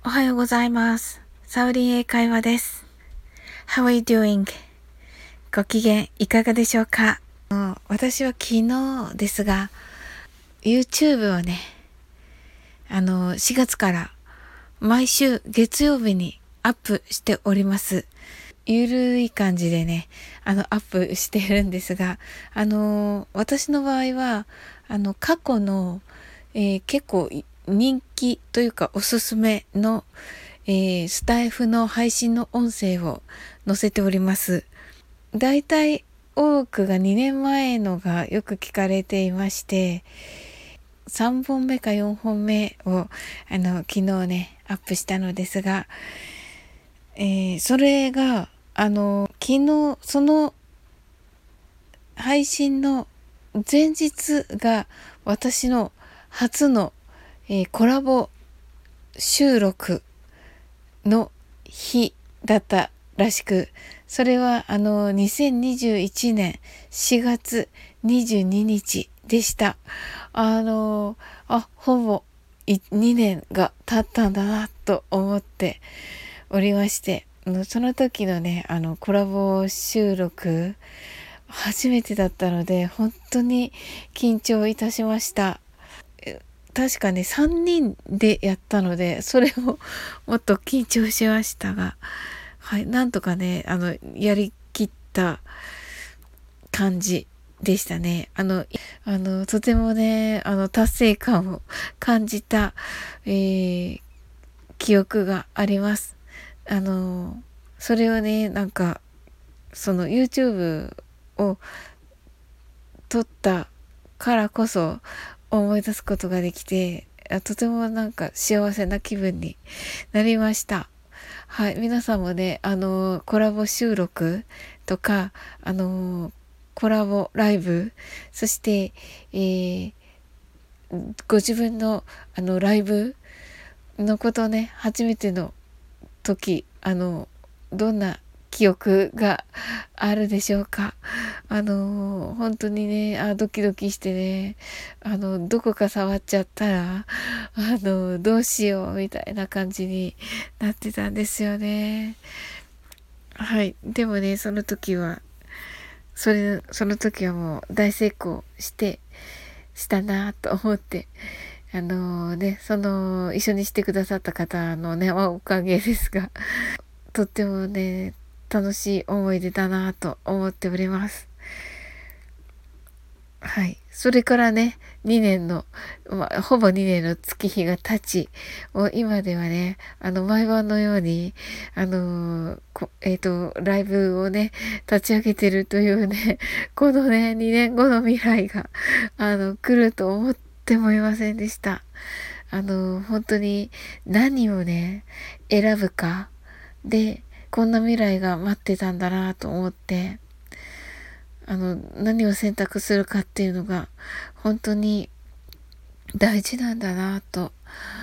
おはようございます。サウリン英会話です。How are you doing? ご機嫌いかがでしょうか？私は昨日ですが、YouTube をね、4月から毎週月曜日にアップしております。ゆるい感じでね、アップしてるんですが、私の場合は、過去の、結構人気というかおすすめの、スタイフの配信の音声を載せております。だいたい多くが2年前のがよく聞かれていまして、3本目か4本目を昨日ねアップしたのですが、それが昨日その配信の前日が私の初の、コラボ収録の日だったらしく、それは2021年4月22日でした。ほぼ2年が経ったんだなと思っておりまして、その時のねコラボ収録初めてだったので本当に緊張いたしました。確かね3人でやったのでそれももっと緊張しましたが、はい、なんとかねやりきった感じでしたね。とてもね達成感を感じた、記憶があります。それをねその YouTube を撮ったからこそ思い出すことができて、とても幸せな気分になりました。はい、皆さんもねコラボ収録とかコラボライブ、そして、ご自分のライブのことね、初めての時どんな記憶があるでしょうか。本当にねドキドキしてねどこか触っちゃったらどうしようみたいな感じになってたんですよね。はい、でもねその時はもう大成功したなと思って、一緒にしてくださった方のねおかげですが、とってもね楽しい思い出だなと思っております。はい。それからね、2年の、ほぼ2年の月日が経ち、もう今ではね、毎晩のように、ライブをね、立ち上げてるというね、このね、2年後の未来が、来ると思ってもいませんでした。本当に何をね、選ぶかで、こんな未来が待ってたんだなと思って、何を選択するかっていうのが本当に大事なんだなと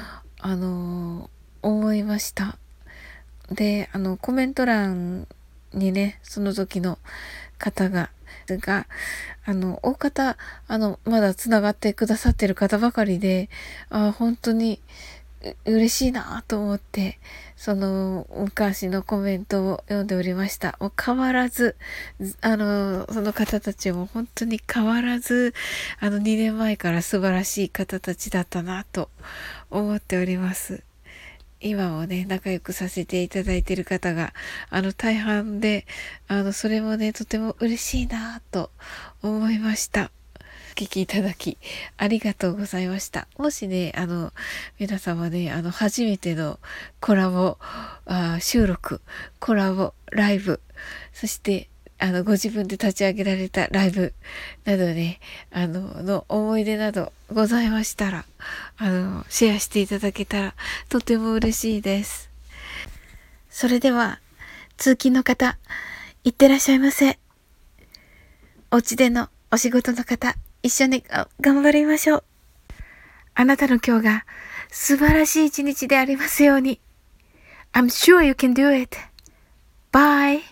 思いました。でコメント欄にねその時の方が大方まだつながってくださってる方ばかりで、本当に嬉しいなと思って、その昔のコメントを読んでおりました。もう変わらず、その方たちも本当に変わらず、2年前から素晴らしい方たちだったなと思っております。今もね、仲良くさせていただいている方が、大半で、それもね、とても嬉しいなと思いました。お聞きいただきありがとうございました。もしね皆様ね初めてのコラボ収録、コラボライブ、そしてご自分で立ち上げられたライブなどねの思い出などございましたらシェアしていただけたらとても嬉しいです。それでは通勤の方いってらっしゃいませ。お家でのお仕事の方一緒に頑張りましょう。あなたの今日が素晴らしい一日でありますように。I'm sure you can do it. Bye.